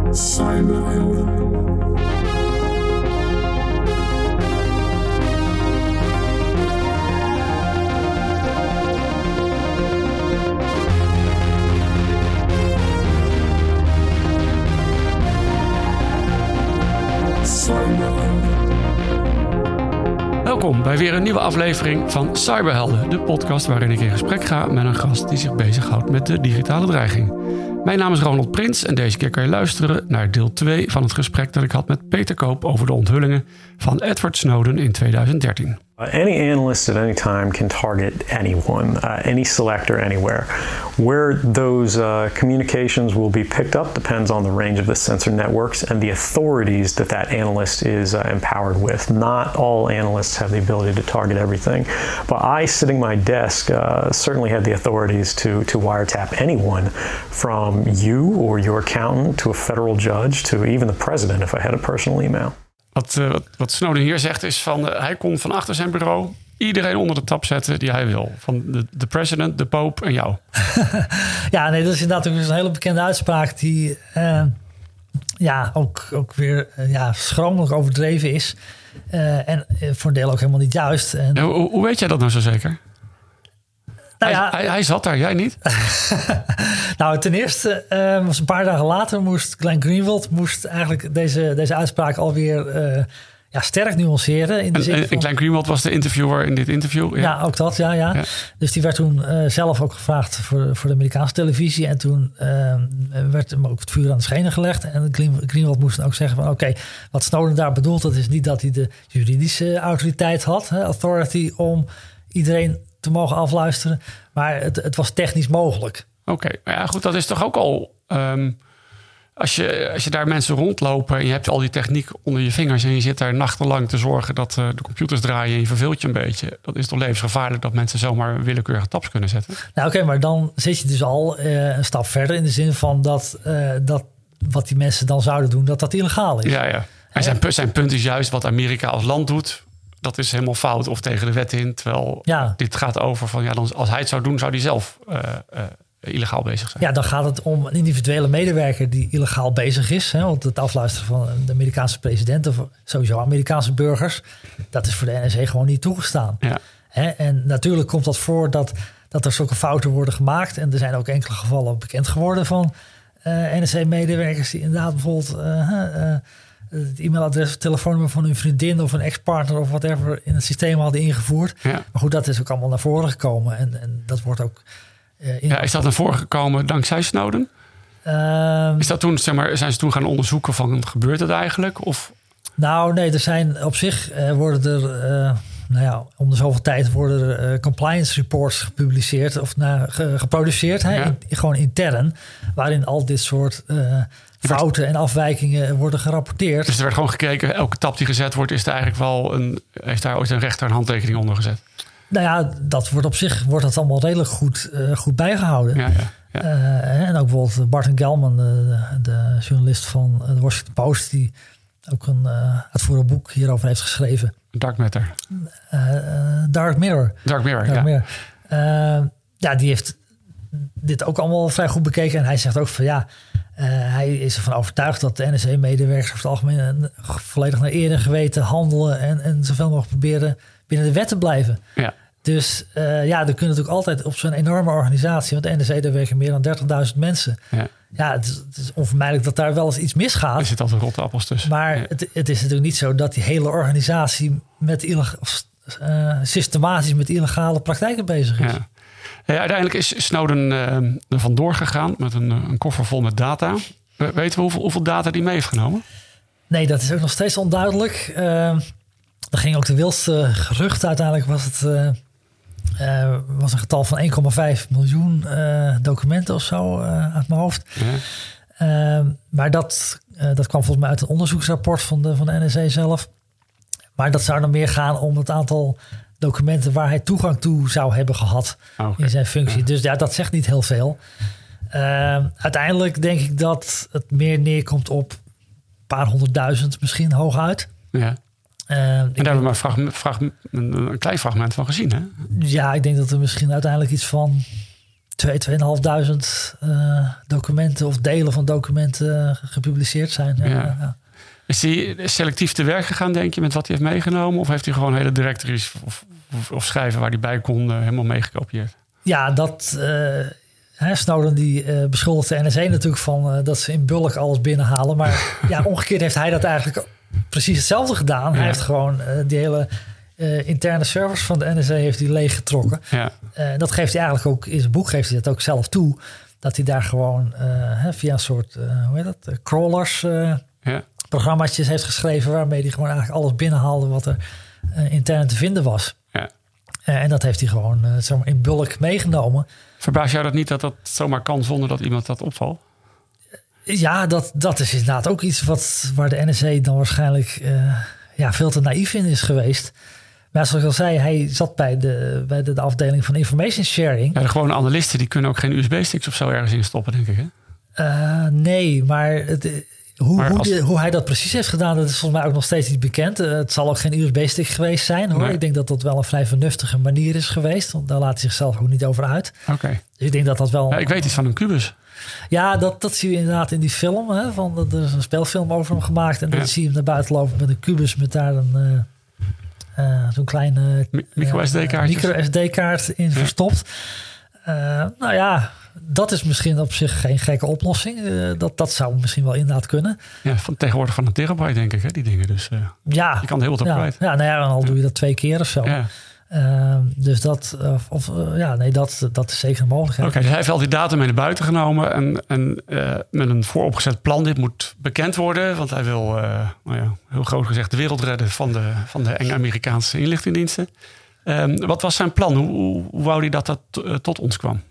Cyberhelden. Welkom bij weer een nieuwe aflevering van Cyberhelden, de podcast waarin ik in gesprek ga met een gast die zich bezighoudt met de digitale dreiging. Mijn naam is Ronald Prins en deze keer kan je luisteren naar deel 2 van het gesprek dat ik had met Peter Koop over de onthullingen van Edward Snowden in 2013. Any analyst at any time can target anyone, any selector anywhere. Where those communications will be picked up depends on the range of the sensor networks and the authorities that analyst is empowered with. Not all analysts have the ability to target everything, but I, sitting my desk, certainly have the authorities to wiretap anyone, from you or your accountant to a federal judge to even the president if I had a personal email. Wat Snowden hier zegt is van hij kon van achter zijn bureau iedereen onder de tap zetten die hij wil. Van de president, de pope en jou. Ja, nee, dat is inderdaad ook een hele bekende uitspraak die ook weer schromelijk overdreven is. En voor een deel ook helemaal niet juist. En hoe weet jij dat nou zo zeker? Nou hij zat daar, jij niet? Nou, ten eerste was een paar dagen later moest Glenn Greenwald eigenlijk deze uitspraak alweer sterk nuanceren. In de zin van, Glenn Greenwald was de interviewer in dit interview. Ja, ook dat, ja. Dus die werd toen zelf ook gevraagd voor de Amerikaanse televisie. En toen werd hem ook het vuur aan de schenen gelegd. En Greenwald moest dan ook zeggen van oké, wat Snowden daar bedoelt, dat is niet dat hij de juridische autoriteit had, authority, om iedereen te mogen afluisteren. Maar het was technisch mogelijk. Oké, maar ja, goed, dat is toch ook al als je daar mensen rondlopen en je hebt al die techniek onder je vingers en je zit daar nachtenlang te zorgen dat de computers draaien en je verveelt je een beetje. Dat is toch levensgevaarlijk dat mensen zomaar willekeurige tabs kunnen zetten? Nou oké, maar dan zit je dus al een stap verder in de zin van dat wat die mensen dan zouden doen, dat illegaal is. Ja. En zijn punt is juist wat Amerika als land doet. Dat is helemaal fout of tegen de wet in. Terwijl dit gaat over van dan, als hij het zou doen, zou hij zelf illegaal bezig zijn. Ja, dan gaat het om een individuele medewerker die illegaal bezig is. Hè, want het afluisteren van de Amerikaanse president of sowieso Amerikaanse burgers, dat is voor de NSA gewoon niet toegestaan. Ja. Hè, en natuurlijk komt dat voor dat er zulke fouten worden gemaakt. En er zijn ook enkele gevallen bekend geworden van NSA-medewerkers die inderdaad bijvoorbeeld het e-mailadres of telefoonnummer van hun vriendin of een ex-partner of whatever in het systeem hadden ingevoerd. Ja. Maar goed, dat is ook allemaal naar voren gekomen. En dat wordt ook is dat naar voren gekomen dankzij Snowden? Is dat toen, zijn ze toen gaan onderzoeken van gebeurt het eigenlijk? Of? Nou, nee, er zijn op zich worden er om de zoveel tijd worden er compliance reports gepubliceerd of geproduceerd, gewoon intern, waarin al dit soort fouten en afwijkingen worden gerapporteerd. Dus er werd gewoon gekeken, elke tap die gezet wordt, is er eigenlijk wel heeft daar ooit een rechter een handtekening onder gezet? Nou ja, dat wordt op zich dat allemaal redelijk goed bijgehouden. Ja. En ook bijvoorbeeld Barton Gellman, de journalist van de Washington Post, die ook een uitvoerig boek hierover heeft geschreven. Dark Matter. Dark Mirror. Mirror. Die heeft dit ook allemaal vrij goed bekeken. En hij zegt ook van hij is ervan overtuigd dat de NSA-medewerkers over het algemeen volledig naar eer en geweten handelen en zoveel mogelijk proberen binnen de wet te blijven. Ja. Dus er kunnen natuurlijk altijd op zo'n enorme organisatie, want de NSA, daar werken meer dan 30.000 mensen. Ja, het is onvermijdelijk dat daar wel eens iets misgaat. Er zit altijd rotte appels tussen. Maar het is natuurlijk niet zo dat die hele organisatie systematisch met illegale praktijken bezig is. Ja, uiteindelijk is Snowden er vandoor gegaan met een koffer vol met data. Weten we hoeveel data die mee heeft genomen? Nee, dat is ook nog steeds onduidelijk. Er ging ook de wildste gerucht. Uiteindelijk was het was een getal van 1,5 miljoen documenten of zo uit mijn hoofd. Ja. Maar dat kwam volgens mij uit een onderzoeksrapport van de NSA zelf. Maar dat zou dan meer gaan om het aantal documenten waar hij toegang toe zou hebben gehad in zijn functie. Ja. Dus dat zegt niet heel veel. Uiteindelijk denk ik dat het meer neerkomt op een paar 100.000 misschien hooguit. Ja. En daar hebben we maar een klein fragment van gezien, hè? Ja, ik denk dat er misschien uiteindelijk iets van 2.500 documenten of delen van documenten gepubliceerd zijn. Ja. Is hij selectief te werk gegaan, denk je, met wat hij heeft meegenomen? Of heeft hij gewoon hele directories of schrijven waar hij bij kon helemaal meegekopieerd? Ja, Snowden die beschuldigt de NSA natuurlijk van dat ze in bulk alles binnenhalen. Maar omgekeerd heeft hij dat eigenlijk precies hetzelfde gedaan. Ja. Hij heeft gewoon die hele interne servers van de NSA heeft hij leeggetrokken. Ja. Dat geeft hij eigenlijk ook in zijn boek, geeft hij dat ook zelf toe. Dat hij daar gewoon via een soort crawlers programmaatjes heeft geschreven, waarmee hij gewoon eigenlijk alles binnenhaalde wat er intern te vinden was. Ja. En dat heeft hij gewoon in bulk meegenomen. Verbaast jou dat niet dat zomaar kan zonder dat iemand dat opvalt? Ja, dat is inderdaad ook iets waar de NSA dan waarschijnlijk veel te naïef in is geweest. Maar zoals ik al zei, hij zat bij de afdeling van information sharing. Ja, de gewone analisten die kunnen ook geen USB-sticks of zo ergens in stoppen, denk ik, hè? Nee, maar hoe hij dat precies heeft gedaan, dat is volgens mij ook nog steeds niet bekend. Het zal ook geen USB-stick geweest zijn, hoor. Nee. Ik denk dat dat wel een vrij vernuftige manier is geweest. Want daar laat hij zichzelf ook niet over uit. Okay. Dus ik denk dat dat wel... Ja, ik weet iets van een kubus. Ja, dat zie je inderdaad in die film. Hè, er is een speelfilm over hem gemaakt. En dan zie je hem naar buiten lopen met een kubus met daar zo'n kleine micro-SD-kaart in verstopt. Dat is misschien op zich geen gekke oplossing. Dat zou misschien wel inderdaad kunnen. Ja, tegenwoordig van een terabyte, denk ik, hè, die dingen. Dus je kan heel wat op kwijt. Ja, en al doe je dat 2 keer of zo. Ja. Dus dat is zeker een mogelijkheid. Oké, dus hij heeft al die data mee naar buiten genomen en met een vooropgezet plan. Dit moet bekend worden, want hij wil, heel groot gezegd, de wereld redden van de enge Amerikaanse inlichtingendiensten. Wat was zijn plan? Hoe wou hij dat tot ons kwam?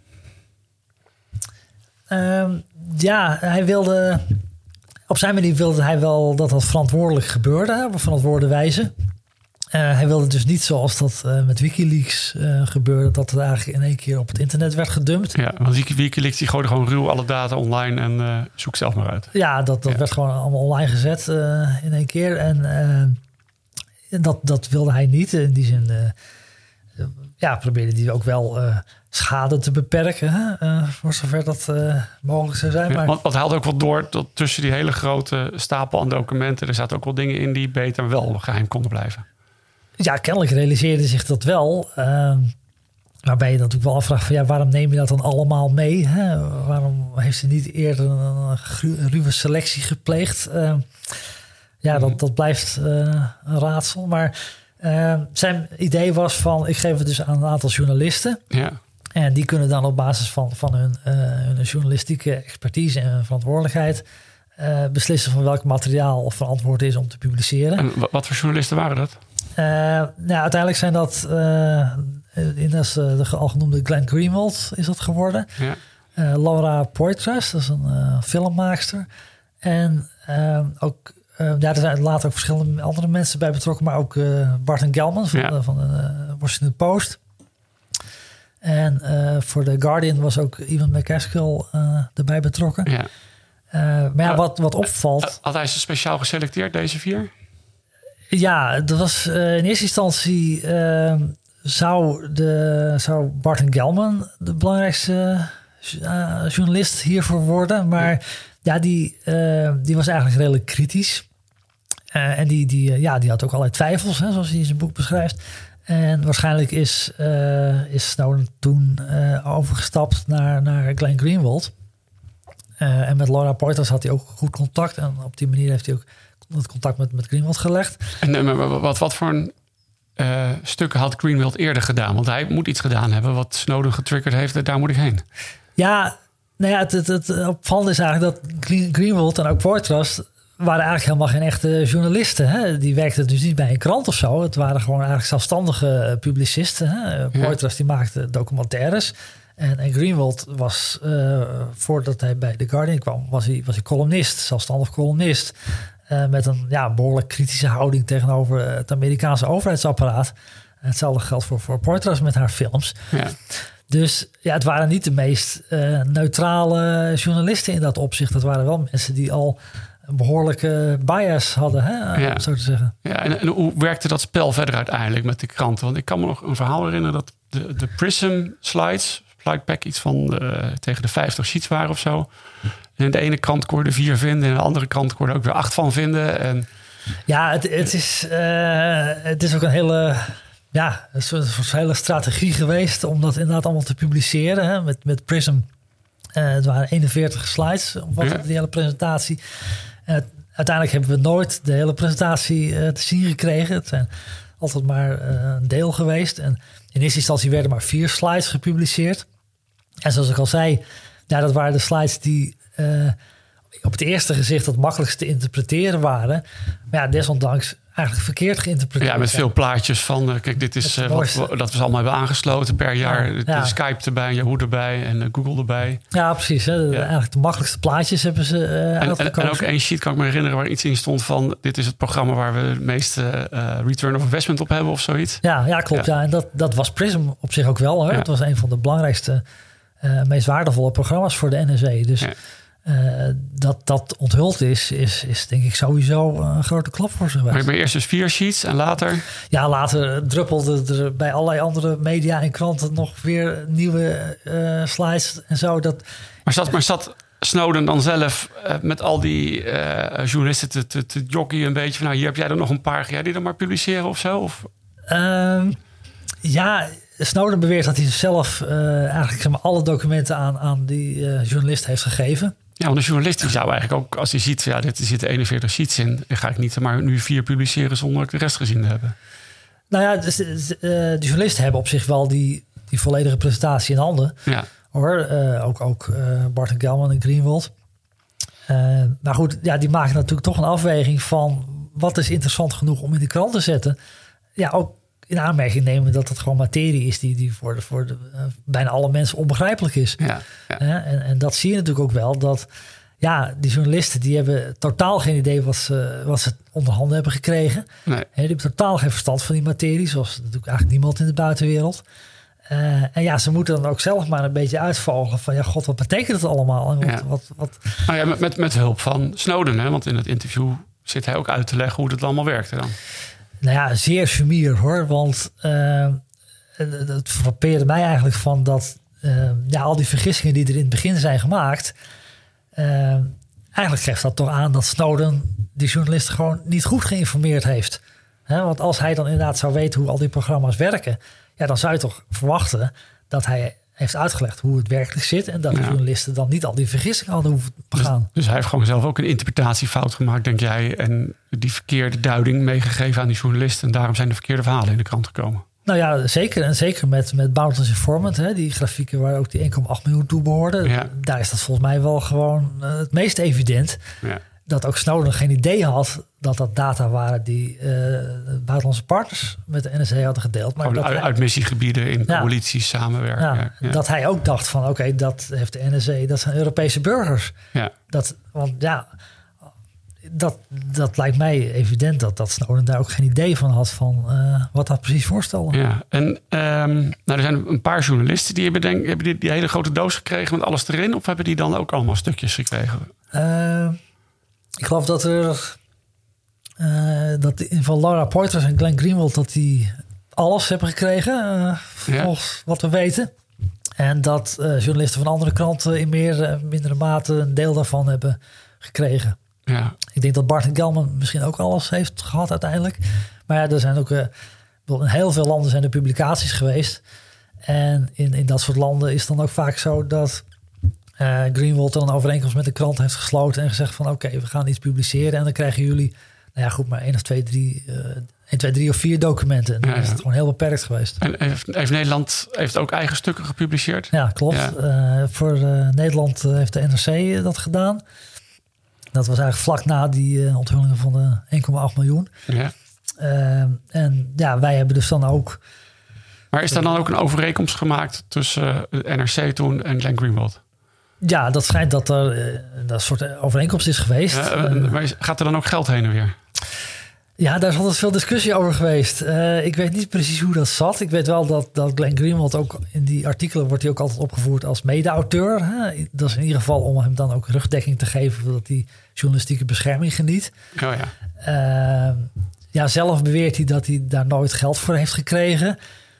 Hij wilde... Op zijn manier wilde hij wel dat verantwoordelijk gebeurde, op een verantwoorde wijze. Hij wilde dus niet zoals dat met WikiLeaks gebeurde, dat het eigenlijk in één keer op het internet werd gedumpt. Ja, want WikiLeaks die gooide gewoon ruw alle data online en zoek zelf maar uit. Ja, dat werd gewoon allemaal online gezet in één keer. En dat wilde hij niet. In die zin probeerde hij ook wel schade te beperken, voor zover dat mogelijk zou zijn. Ja, want hij had ook wel door dat tussen die hele grote stapel aan documenten, er zaten ook wel dingen in die beter wel geheim konden blijven. Ja, kennelijk realiseerde zich dat wel. Waarbij je natuurlijk wel afvraagt van waarom neem je dat dan allemaal mee? Hè? Waarom heeft ze niet eerder een ruwe selectie gepleegd? Dat blijft een raadsel. Maar zijn idee was van, ik geef het dus aan een aantal journalisten. Ja. En die kunnen dan op basis van hun journalistieke expertise en verantwoordelijkheid beslissen van welk materiaal verantwoord is om te publiceren. En wat voor journalisten waren dat? Uiteindelijk zijn dat de al genoemde Glenn Greenwald is dat geworden. Ja. Laura Poitras, dat is een filmmaakster. En ook er zijn later ook verschillende andere mensen bij betrokken, maar ook Barton Gellman van de Washington Post. En voor The Guardian was ook Ewan McCaskill erbij betrokken. Ja. Maar wat opvalt... Had hij ze speciaal geselecteerd, deze 4? Ja, dat was in eerste instantie zou Barton Gellman de belangrijkste journalist hiervoor worden. Maar die was eigenlijk redelijk kritisch. En die had ook allerlei twijfels, zoals hij in zijn boek beschrijft. En waarschijnlijk is Snowden toen overgestapt naar Glenn Greenwald. En met Laura Poitras had hij ook goed contact. En op die manier heeft hij ook het contact met Greenwald gelegd. En wat voor stukken had Greenwald eerder gedaan? Want hij moet iets gedaan hebben wat Snowden getriggerd heeft. Daar moet ik heen. Ja, het opvallende is eigenlijk dat Greenwald en ook Poitras waren eigenlijk helemaal geen echte journalisten. Hè? Die werkten dus niet bij een krant of zo. Het waren gewoon eigenlijk zelfstandige publicisten. Hè? Poitras die maakte documentaires. En Greenwald was, voordat hij bij The Guardian kwam, was hij columnist, zelfstandig columnist. Met een behoorlijk kritische houding tegenover het Amerikaanse overheidsapparaat. Hetzelfde geldt voor Poitras met haar films. Ja. Dus het waren niet de meest neutrale journalisten in dat opzicht. Dat waren wel mensen die al een behoorlijke bias hadden, om zo te zeggen. Ja, en hoe werkte dat spel verder uiteindelijk met de kranten? Want ik kan me nog een verhaal herinneren dat de Prism slides flight pack iets van tegen de 50 sheets waren of zo. En in de ene krant kon je er 4 vinden. En in de andere krant kon je er ook weer 8 van vinden. En... Ja, het is ook een hele... Ja, een soort hele strategie geweest om dat inderdaad allemaal te publiceren. Hè? Met Prism. Het waren 41 slides op die hele presentatie. Uiteindelijk hebben we nooit de hele presentatie te zien gekregen. Het zijn altijd maar een deel geweest. En in eerste instantie werden maar 4 slides gepubliceerd. En zoals ik al zei, dat waren de slides die op het eerste gezicht het makkelijkst te interpreteren waren. Maar ja, desondanks eigenlijk verkeerd geïnterpreteerd. Ja, met veel plaatjes van, kijk, dit is dat we allemaal hebben aangesloten per jaar. Ja. Skype erbij, Yahoo erbij en Google erbij. Ja, precies. Hè. Ja. Eigenlijk de makkelijkste plaatjes hebben ze en ook één sheet kan ik me herinneren waar iets in stond van, dit is het programma waar we de meeste return of investment op hebben of zoiets. Ja, klopt. Ja. En dat was Prism op zich ook wel. Hè. Ja. Het was een van de belangrijkste, meest waardevolle programma's voor de NSE. Dus dat onthuld is denk ik sowieso een grote klap voor ze geweest. Maar eerst dus 4 sheets en later? Ja, later druppelde er bij allerlei andere media en kranten nog weer nieuwe slides en zo. Maar zat Snowden dan zelf met al die journalisten te jockeyen een beetje van, nou, hier heb jij er nog een paar, ga jij die dan maar publiceren of zo? Of? Ja, Snowden beweert dat hij zelf eigenlijk zeg maar, alle documenten aan die journalist heeft gegeven. Ja, want de journalist die zou eigenlijk ook, als hij ziet, ja, er zitten 41 sheets in, dan ga ik niet maar nu 4 publiceren zonder ik de rest gezien te hebben. Nou ja, de journalisten hebben op zich wel die volledige presentatie in handen. Ja. Hoor, ook Barton Gellman en Greenwald. Maar goed, ja, die maken natuurlijk toch een afweging van wat is interessant genoeg om in de krant te zetten. Ja, ook in aanmerking nemen dat het gewoon materie is die voor de bijna alle mensen onbegrijpelijk is. Ja. En dat zie je natuurlijk ook wel. Dat die journalisten die hebben totaal geen idee wat ze onder handen hebben gekregen. Nee. Die hebben totaal geen verstand van die materie. Zoals natuurlijk eigenlijk niemand in de buitenwereld. En ze moeten dan ook zelf maar een beetje uitvogelen van, ja, god, wat betekent het allemaal? En wat... Nou ja, met hulp van Snowden, hè? Want in het interview zit hij ook uit te leggen hoe het allemaal werkte dan. Nou ja, zeer sumier hoor. Want het frappeerde mij eigenlijk van dat al die vergissingen die er in het begin zijn gemaakt, eigenlijk geeft dat toch aan dat Snowden die journalisten gewoon niet goed geïnformeerd heeft. Want als hij dan inderdaad zou weten hoe al die programma's werken, ja, dan zou je toch verwachten dat hij heeft uitgelegd hoe het werkelijk zit en dat de journalisten dan niet al die vergissingen hadden hoeven begaan. Dus hij heeft gewoon zelf ook een interpretatiefout gemaakt, denk jij, en die verkeerde duiding meegegeven aan die journalisten en daarom zijn de verkeerde verhalen in de krant gekomen. Nou ja, zeker. En zeker met Bounty's Informant, die grafieken waar ook die 1,8 miljoen toe behoorden. Ja. Daar is dat volgens mij wel gewoon het meest evident. Ja. Dat ook Snowden geen idee had dat data waren die buitenlandse partners met de NSA hadden gedeeld. Maar dat uit missiegebieden in coalities samenwerken. Ja. Dat hij ook dacht van oké, dat heeft de NSA, dat zijn Europese burgers. Ja. Dat lijkt mij evident dat Snowden daar ook geen idee van had van wat dat precies voorstelde. Ja, en er zijn een paar journalisten die hebben die hele grote doos gekregen met alles erin, of hebben die dan ook allemaal stukjes gekregen? Ik geloof dat dat in van Laura Poitras en Glenn Greenwald dat die alles hebben gekregen, volgens wat we weten. En dat journalisten van andere kranten in mindere mate een deel daarvan hebben gekregen. Ja. Ik denk dat Barton Gellman misschien ook alles heeft gehad uiteindelijk. Maar ja, er zijn ook in heel veel landen zijn er publicaties geweest. En in dat soort landen is het dan ook vaak zo dat Greenwald dan een overeenkomst met de krant heeft gesloten en gezegd van oké, we gaan iets publiceren en dan krijgen jullie, nou ja, goed, maar 1, 2, 3 of 4 documenten. En dan is het gewoon heel beperkt geweest. En heeft Nederland ook eigen stukken gepubliceerd? Ja, klopt. Ja. Voor Nederland heeft de NRC dat gedaan. Dat was eigenlijk vlak na die onthullingen van de 1,8 miljoen. Ja. En ja, wij hebben dus dan ook... Maar is er dan ook een overeenkomst gemaakt tussen de NRC toen en Glenn Greenwald? Ja, dat schijnt dat er een soort overeenkomst is geweest. Maar gaat er dan ook geld heen en weer? Ja, daar is altijd veel discussie over geweest. Ik weet niet precies hoe dat zat. Ik weet wel dat Glenn Greenwald ook in die artikelen wordt hij ook altijd opgevoerd als mede-auteur. Hè? Dat is in ieder geval om hem dan ook rugdekking te geven dat hij journalistieke bescherming geniet. Oh ja. Zelf beweert hij dat hij daar nooit geld voor heeft gekregen.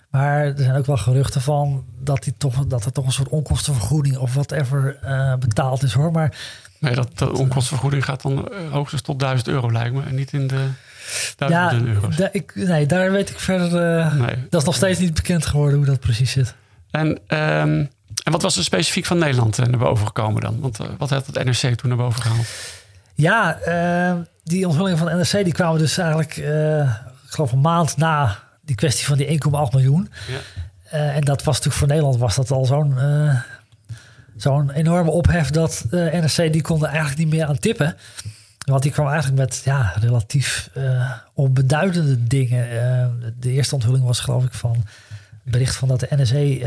Maar er zijn ook wel geruchten van dat er toch een soort onkostenvergoeding of whatever betaald is, hoor. Maar nee, de onkostenvergoeding gaat dan hoogstens tot €1.000 lijkt me. En niet in de duizenden euro's. Daar weet ik verder. Dat is nog steeds niet bekend geworden hoe dat precies zit. En wat was er specifiek van Nederland naar boven gekomen dan? Want wat had het NRC toen naar boven gehaald? Ja, die onthullingen van de NRC die kwamen dus eigenlijk, ik geloof een maand na die kwestie van die 1,8 miljoen. Ja. En dat was natuurlijk voor Nederland was dat al zo'n enorme ophef dat NRC die konden eigenlijk niet meer aan tippen. Want die kwam eigenlijk met relatief onbeduidende dingen. De eerste onthulling was geloof ik van een bericht van dat de NRC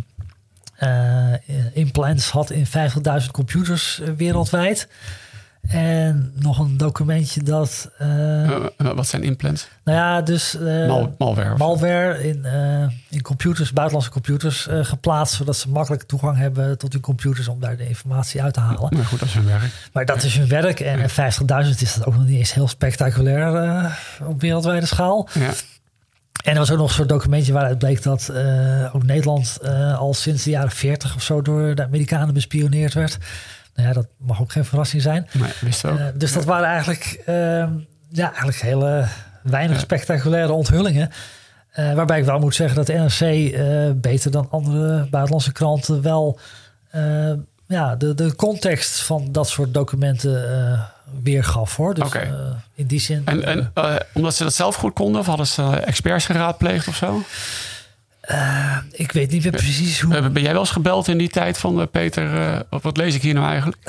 implants had in 50.000 computers wereldwijd. En nog een documentje dat... wat zijn implants? Nou ja, dus... malware. Malware in computers, buitenlandse computers geplaatst... zodat ze makkelijk toegang hebben tot hun computers... om daar de informatie uit te halen. Maar goed, dat is hun werk. Maar dat is hun werk. En 50.000 is dat ook nog niet eens heel spectaculair op wereldwijde schaal. Ja. En er was ook nog een soort documentje waaruit bleek dat ook Nederland... al sinds de jaren 40 of zo door de Amerikanen bespioneerd werd... Nou ja, dat mag ook geen verrassing zijn. Nee, wist ook. Dus dat waren eigenlijk, eigenlijk hele weinig spectaculaire onthullingen. Waarbij ik wel moet zeggen dat de NRC beter dan andere buitenlandse kranten wel de context van dat soort documenten weergaf, hoor. Dus in die zin. En omdat ze dat zelf goed konden, of hadden ze experts geraadpleegd of zo? Ik weet niet meer precies hoe... Ben jij wel eens gebeld in die tijd van Peter? Wat lees ik hier nou eigenlijk?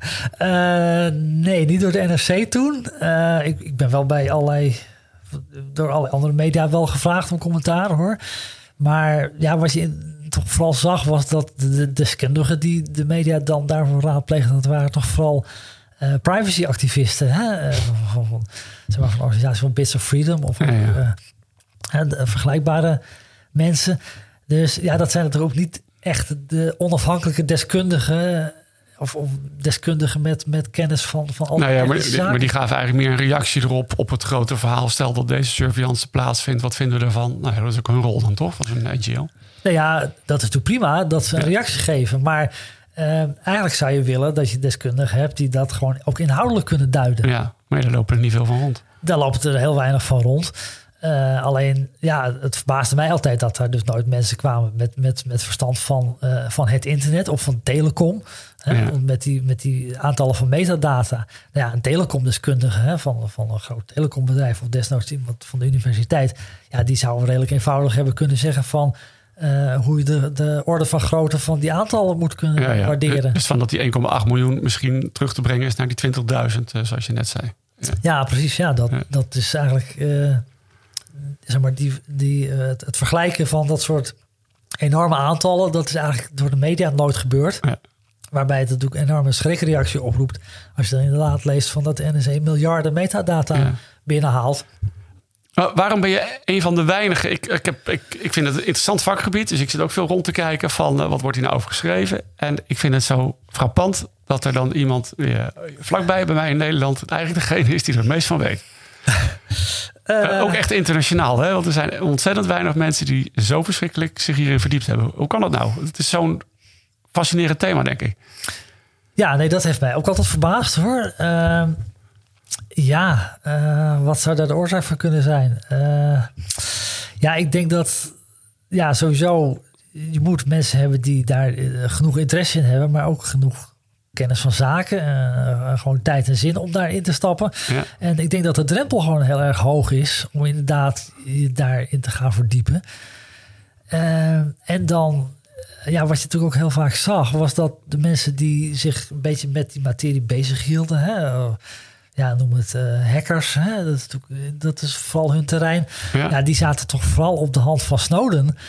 Nee, niet door de NRC toen. Ik ben wel bij door allerlei andere media wel gevraagd om commentaar, hoor. Maar ja, wat je toch vooral zag was dat de deskundigen die de media dan daarvoor raadpleegden, dat waren toch vooral privacyactivisten. Hè? Van organisaties van Bits of Freedom of vergelijkbare mensen. Dus ja, dat zijn er ook niet echt de onafhankelijke deskundigen of deskundigen met kennis van alle maar die gaven eigenlijk meer een reactie erop op het grote verhaal. Stel dat deze surveillance plaatsvindt, wat vinden we ervan? Nou ja, dat is ook hun rol dan toch, als een NGO? Nou ja, dat is natuurlijk prima dat ze een reactie geven, maar eigenlijk zou je willen dat je deskundigen hebt die dat gewoon ook inhoudelijk kunnen duiden. Ja, maar daar lopen er niet veel van rond. Daar loopt er heel weinig van rond. Alleen, het verbaasde mij altijd dat er dus nooit mensen kwamen met verstand van het internet of van telecom. Met die aantallen van metadata. Nou ja, een telecomdeskundige van een groot telecombedrijf of desnoods iemand van de universiteit. Ja, die zou redelijk eenvoudig hebben kunnen zeggen van hoe je de orde van grootte van die aantallen moet kunnen waarderen. Dus van dat die 1,8 miljoen misschien terug te brengen is naar die 20.000, zoals je net zei. Ja, precies. Ja, dat is eigenlijk... zeg maar het vergelijken van dat soort enorme aantallen, dat is eigenlijk door de media nooit gebeurd. Ja. Waarbij het natuurlijk een enorme schrikreactie oproept als je dan inderdaad leest van dat de NSA miljarden metadata binnenhaalt. Waarom ben je een van de weinigen? Ik vind het een interessant vakgebied, dus ik zit ook veel rond te kijken van wat wordt hier nou over geschreven. En ik vind het zo frappant dat er dan iemand vlakbij bij mij in Nederland eigenlijk degene is die er het meest van weet. Ook echt internationaal, hè? Want er zijn ontzettend weinig mensen die zo verschrikkelijk zich hierin verdiept hebben. Hoe kan dat nou? Het is zo'n fascinerend thema, denk ik. Ja, nee, dat heeft mij ook altijd verbaasd, hoor. Wat zou daar de oorzaak van kunnen zijn? Ik denk dat sowieso je moet mensen hebben die daar genoeg interesse in hebben, maar ook genoeg kennis van zaken, gewoon tijd en zin om daarin te stappen. Ja. En ik denk dat de drempel gewoon heel erg hoog is om inderdaad je daarin te gaan verdiepen. En dan, wat je natuurlijk ook heel vaak zag, was dat de mensen die zich een beetje met die materie bezig hielden, noem het hackers, hè? Dat is vooral hun terrein. Ja, die zaten toch vooral op de hand van Snowden.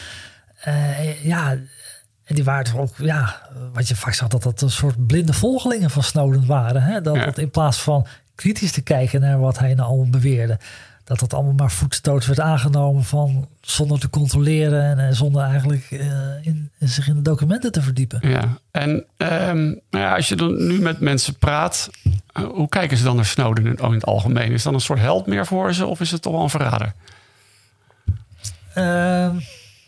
En die waren toch ook, wat je vaak zag, dat een soort blinde volgelingen van Snowden waren. Hè? Dat in plaats van kritisch te kijken naar wat hij nou allemaal beweerde, dat allemaal maar voetstoots werd aangenomen van zonder te controleren en zonder eigenlijk zich in de documenten te verdiepen. Ja, en als je dan nu met mensen praat, hoe kijken ze dan naar Snowden in het algemeen? Is het dan een soort held meer voor ze of is het toch wel een verrader?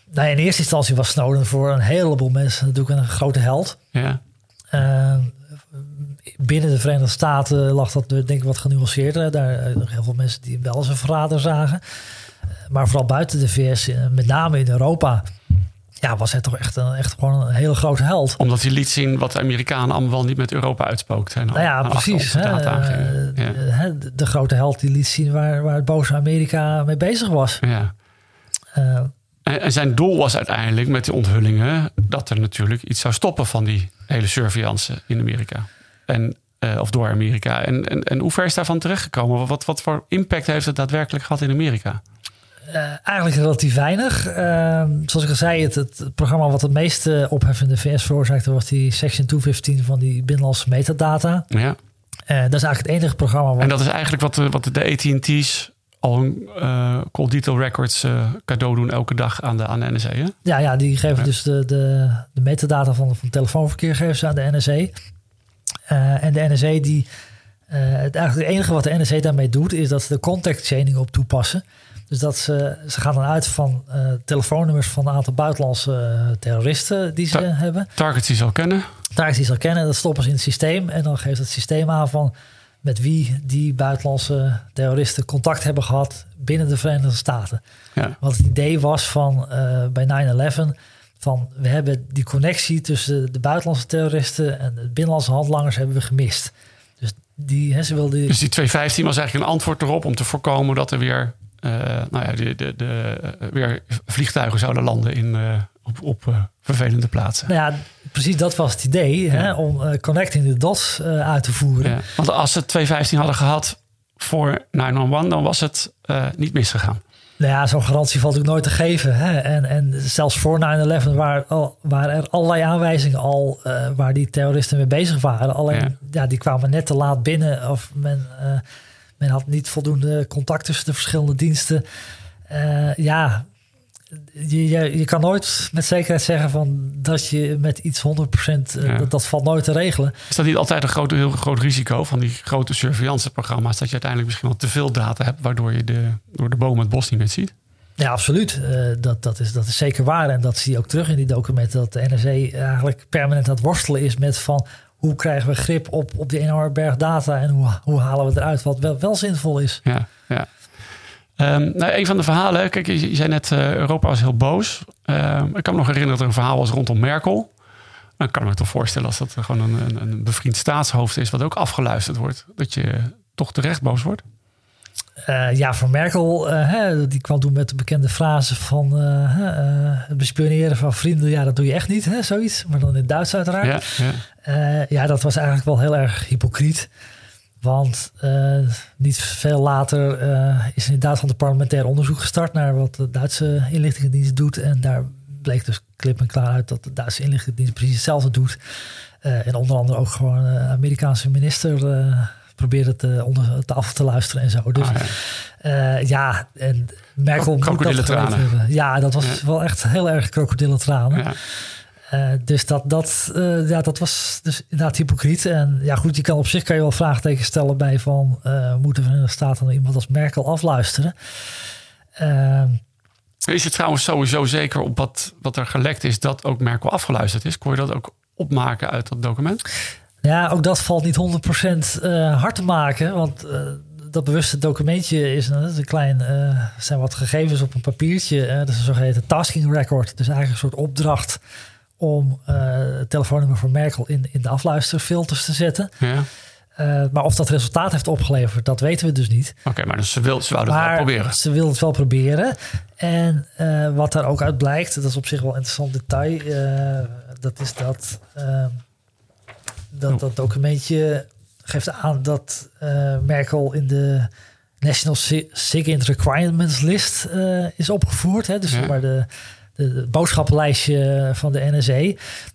Nou, in eerste instantie was Snowden voor een heleboel mensen natuurlijk een grote held. Ja. Binnen de Verenigde Staten lag dat denk ik wat genuanceerder. Daar heel veel mensen die wel eens een verrader zagen. Maar vooral buiten de VS, met name in Europa, was hij toch echt gewoon een hele grote held. Omdat hij liet zien wat de Amerikanen allemaal wel niet met Europa uitspookten. Precies. De grote held die liet zien waar het boze Amerika mee bezig was. Ja. En zijn doel was uiteindelijk met die onthullingen dat er natuurlijk iets zou stoppen van die hele surveillance in Amerika. Of door Amerika. En hoe ver is daarvan terechtgekomen? Wat voor impact heeft het daadwerkelijk gehad in Amerika? Eigenlijk relatief weinig. Zoals ik al zei, het programma wat het meeste ophef in de VS veroorzaakte was die Section 215 van die binnenlandse metadata. Ja. Dat is eigenlijk het enige programma. En dat is eigenlijk wat de AT&T's al hun call detail records cadeau doen elke dag aan de NSA. Hè? Ja, die geven dus de metadata van telefoonverkeer geven ze aan de NSA. En de NSA eigenlijk het enige wat de NSA daarmee doet is dat ze de contact chaining op toepassen. Dus dat ze gaan dan uit van telefoonnummers van een aantal buitenlandse terroristen die ze hebben. Targets die ze al kennen. Dat stoppen ze in het systeem. En dan geeft het systeem aan van met wie die buitenlandse terroristen contact hebben gehad binnen de Verenigde Staten. Ja. Wat het idee was van bij 9/11... van we hebben die connectie tussen de buitenlandse terroristen en de binnenlandse handlangers hebben we gemist. Dus ze wilden. Dus die 215 was eigenlijk een antwoord erop om te voorkomen dat er weer weer vliegtuigen zouden landen op vervelende plaatsen. Nou ja, precies dat was het idee, om connecting the dots uit te voeren. Ja, want als ze 215 hadden gehad voor 9/11, dan was het niet misgegaan. Nou ja, zo'n garantie valt natuurlijk nooit te geven. Hè? En zelfs voor 9/11 waren er allerlei aanwijzingen al waar die terroristen mee bezig waren. Alleen die kwamen net te laat binnen of men had niet voldoende contact tussen de verschillende diensten. Je kan nooit met zekerheid zeggen van dat je met iets 100%, dat valt nooit te regelen. Is dat niet altijd een heel groot risico van die grote surveillanceprogramma's, dat je uiteindelijk misschien wel te veel data hebt, waardoor je door de bomen het bos niet meer ziet? Ja, absoluut. Dat is zeker waar. En dat zie je ook terug in die documenten, dat de NSA eigenlijk permanent aan het worstelen is met van hoe krijgen we grip op die enorme berg data en hoe halen we eruit wat wel zinvol is. Ja. Een van de verhalen, kijk, je zei net Europa was heel boos. Ik kan me nog herinneren dat er een verhaal was rondom Merkel. Dan kan ik me toch voorstellen als dat gewoon een bevriend staatshoofd is wat ook afgeluisterd wordt, dat je toch terecht boos wordt. Voor Merkel, die kwam toen met de bekende frase van het bespioneren van vrienden, dat doe je echt niet, zoiets. Maar dan in het Duits uiteraard. Dat was eigenlijk wel heel erg hypocriet. Want niet veel later is er in Duitsland een parlementair onderzoek gestart naar wat de Duitse inlichtingendienst doet. En daar bleek dus klip en klaar uit dat de Duitse inlichtingendienst precies hetzelfde doet. En onder andere ook gewoon de Amerikaanse minister probeerde te af te luisteren en zo. Dus en Merkel krokodillentranen. Ja, dat was wel echt heel erg krokodillentranen. Ja. Dus dat was dus inderdaad hypocriet. En ja, goed, kan je wel vraagtekens stellen bij van moeten we in de Staten dan iemand als Merkel afluisteren? Is het trouwens sowieso zeker op wat er gelekt is dat ook Merkel afgeluisterd is? Kon je dat ook opmaken uit dat document? Ja, ook dat valt niet 100% hard te maken, want dat bewuste documentje is een klein, zijn wat gegevens op een papiertje. Dat is een zogeheten tasking record, dus eigenlijk een soort opdracht om het telefoonnummer van Merkel in de afluisterfilters te zetten. Ja. Maar of dat resultaat heeft opgeleverd, dat weten we dus niet. Oké, maar dus ze wou het wel proberen. Ze wil het wel proberen. En wat daar ook uit blijkt, dat is op zich wel een interessant detail. Dat is dat documentje geeft aan dat Merkel in de National SIGINT Requirements List is opgevoerd. Hè? Dus maar de boodschappenlijstje van de NSA.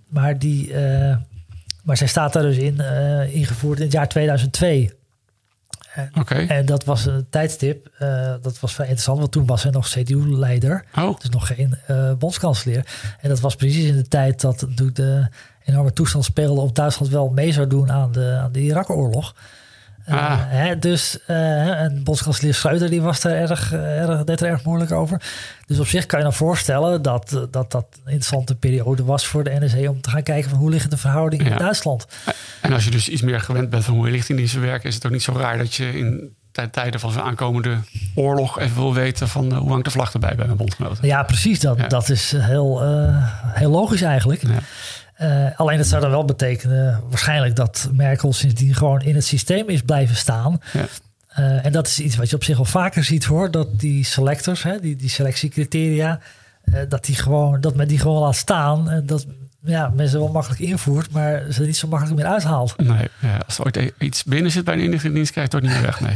Maar zij staat daar dus ingevoerd in het jaar 2002. En dat was een tijdstip. Dat was vrij interessant, want toen was hij nog CDU-leider. Dus nog geen bondskanselier. En dat was precies in de tijd dat de enorme toestand speelde of Duitsland wel mee zou doen aan de Irak-oorlog. Dus en bondskanselier Schreuder die was daar deed er erg moeilijk over. Dus op zich kan je dan voorstellen dat een interessante periode was voor de NSE om te gaan kijken van hoe liggen de verhoudingen in Duitsland. En als je dus iets meer gewend bent van hoe inlichtingendiensten werken, is het ook niet zo raar dat je in tijden van zo'n aankomende oorlog even wil weten van hoe hangt de vlag erbij bij mijn bondgenoten. Ja, precies. Dat is heel logisch eigenlijk. Ja. Alleen dat zou dan wel betekenen waarschijnlijk dat Merkel sindsdien gewoon in het systeem is blijven staan. Ja. En dat is iets wat je op zich al vaker ziet hoor. Dat die selectors, die selectiecriteria, dat men die gewoon laat staan. En dat mensen wel makkelijk invoert, maar ze er niet zo makkelijk meer uithaalt. Nee, als er ooit iets binnen zit bij een inlichtingendienst, krijg je het ook niet meer weg.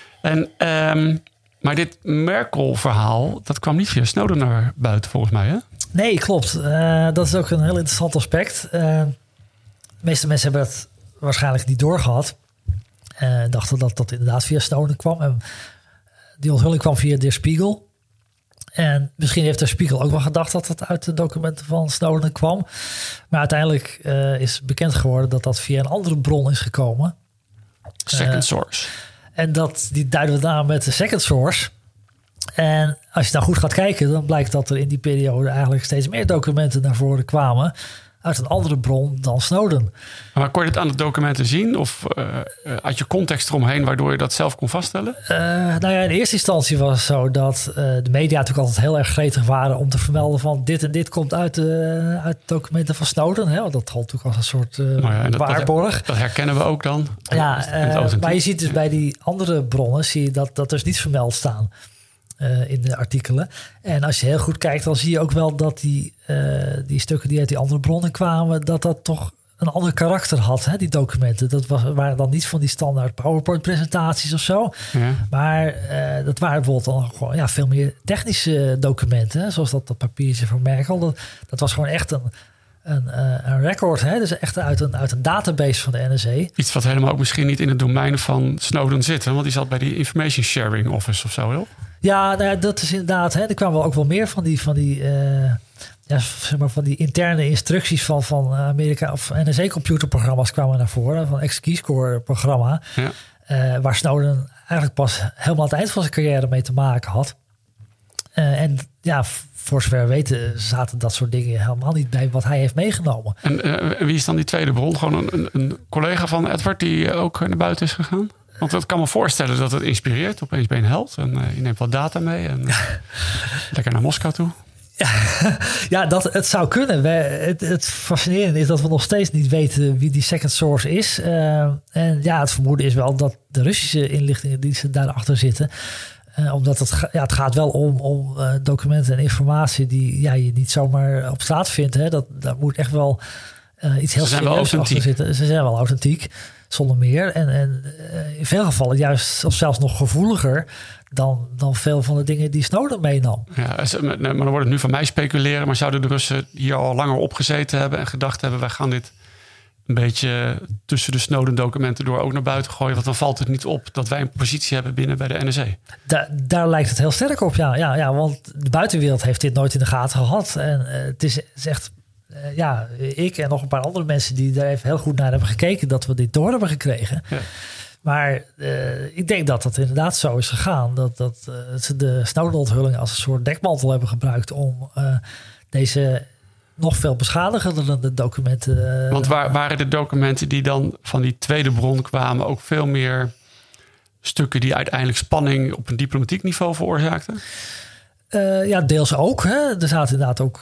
Nee. Maar dit Merkel-verhaal, dat kwam niet via Snowden naar buiten volgens mij, hè? Nee, klopt. Dat is ook een heel interessant aspect. De meeste mensen hebben dat waarschijnlijk niet doorgehad. Dachten dat dat inderdaad via Snowden kwam. En die onthulling kwam via Der Spiegel. En misschien heeft Der Spiegel ook wel gedacht dat het uit de documenten van Snowden kwam. Maar uiteindelijk is bekend geworden dat dat via een andere bron is gekomen. Second source. En die duiden we aan met de second source. En als je nou goed gaat kijken, dan blijkt dat er in die periode eigenlijk steeds meer documenten naar voren kwamen uit een andere bron dan Snowden. Maar kon je het aan de documenten zien? Of had je context eromheen waardoor je dat zelf kon vaststellen? In eerste instantie was het zo dat de media natuurlijk altijd heel erg gretig waren om te vermelden van dit en dit komt uit de documenten van Snowden. Hè? Want dat gold natuurlijk als een soort waarborg. Dat herkennen we ook dan. Maar je ziet dus bij die andere bronnen zie je dat dus niet vermeld staan. In de artikelen. En als je heel goed kijkt, dan zie je ook wel dat die stukken die uit die andere bronnen kwamen, dat toch een ander karakter had, hè, die documenten. Dat waren dan niet van die standaard PowerPoint-presentaties of zo. Ja. Maar dat waren bijvoorbeeld dan gewoon veel meer technische documenten. Hè, zoals dat papiertje van Merkel. Dat was gewoon echt een record. Hè, dus echt uit een database van de NSA. Iets wat helemaal ook misschien niet in het domein van Snowden zit. Hè? Want die zat bij die Information Sharing Office of zo, heel? Ja, dat is inderdaad. Hè, er kwamen wel ook wel meer van die interne instructies van Amerika of NSA-computerprogramma's kwamen naar voren. Van X-Keyscore-programma. Ja. Waar Snowden eigenlijk pas helemaal aan het eind van zijn carrière mee te maken had. Voor zover we weten zaten dat soort dingen helemaal niet bij wat hij heeft meegenomen. En wie is dan die tweede bron? Gewoon een collega van Edward die ook naar buiten is gegaan? Want ik kan me voorstellen dat het inspireert. Opeens ben je een held en je neemt wat data mee en lekker naar Moskou toe. Ja, het zou kunnen. Het fascinerende is dat we nog steeds niet weten wie die second source is. Het vermoeden is wel dat de Russische inlichtingendiensten daarachter zitten. Omdat het gaat wel om documenten en informatie die je niet zomaar op straat vindt. Hè. Daar moet echt wel iets heel serieus achter zitten. Ze zijn wel authentiek, zonder meer. En in veel gevallen juist of zelfs nog gevoeliger dan veel van de dingen die Snowden meenam. Ja, maar dan wordt het nu van mij speculeren. Maar zouden de Russen hier al langer op gezeten hebben en gedacht hebben, wij gaan dit een beetje tussen de Snowden-documenten door ook naar buiten gooien. Want dan valt het niet op dat wij een positie hebben binnen bij de NSA. Daar lijkt het heel sterk op, ja. Want de buitenwereld heeft dit nooit in de gaten gehad. En het is echt, ik en nog een paar andere mensen die daar even heel goed naar hebben gekeken, dat we dit door hebben gekregen. Ja. Maar ik denk dat dat inderdaad zo is gegaan. Dat ze de Snowden-onthulling als een soort dekmantel hebben gebruikt om deze nog veel beschadigende documenten. Want waren de documenten die dan van die tweede bron kwamen ook veel meer stukken die uiteindelijk spanning op een diplomatiek niveau veroorzaakten? Deels ook. Hè. Er zaten inderdaad ook.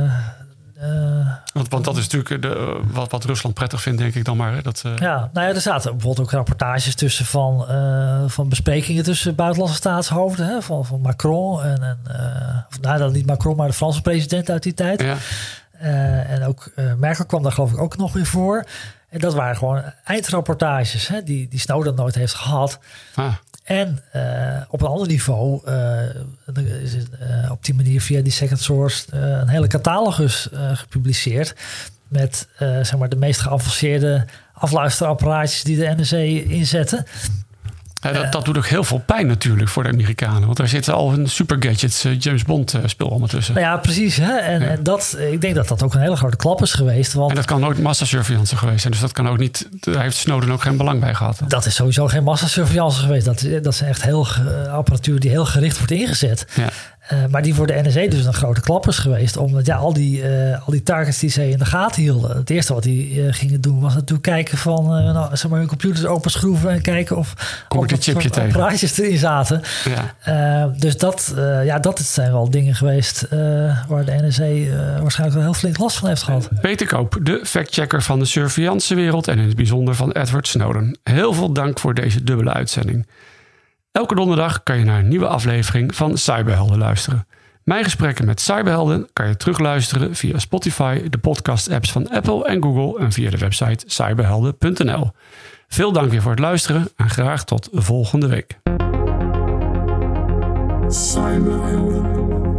Want dat is natuurlijk wat Rusland prettig vindt, denk ik dan maar. Hè? Er zaten bijvoorbeeld ook rapportages tussen van besprekingen tussen buitenlandse staatshoofden. Hè, van Macron dan niet Macron, maar de Franse president uit die tijd. Ja. En ook Merkel kwam daar geloof ik ook nog weer voor. En dat waren gewoon eindrapportages, hè, die Snowden nooit heeft gehad. En op een ander niveau is het op die manier via die second source een hele catalogus gepubliceerd met de meest geavanceerde afluisterapparaatjes die de NSA inzetten. Ja, dat doet ook heel veel pijn natuurlijk voor de Amerikanen. Want daar zitten al hun super gadgets, James Bond spul ondertussen. Nou ja, precies. Hè? En ik denk dat dat ook een hele grote klap is geweest. Want... En dat kan nooit massasurveillance geweest zijn. Dus dat kan ook niet. Daar heeft Snowden ook geen belang bij gehad. Dat is sowieso geen massasurveillance geweest. Dat is echt heel apparatuur die heel gericht wordt ingezet. Ja. Maar die voor de NSA dus een grote klap is geweest. Omdat al die targets die ze in de gaten hielden. Het eerste wat die gingen doen was natuurlijk kijken van... hun computers openschroeven en kijken of operaties erin zaten. Ja. Dus dat zijn wel dingen geweest waar de NSA waarschijnlijk wel heel flink last van heeft gehad. Peter Koop, de factchecker van de surveillancewereld en in het bijzonder van Edward Snowden. Heel veel dank voor deze dubbele uitzending. Elke donderdag kan je naar een nieuwe aflevering van Cyberhelden luisteren. Mijn gesprekken met cyberhelden kan je terugluisteren via Spotify, de podcast-apps van Apple en Google en via de website cyberhelden.nl. Veel dank weer voor het luisteren en graag tot volgende week. Cyberhelden.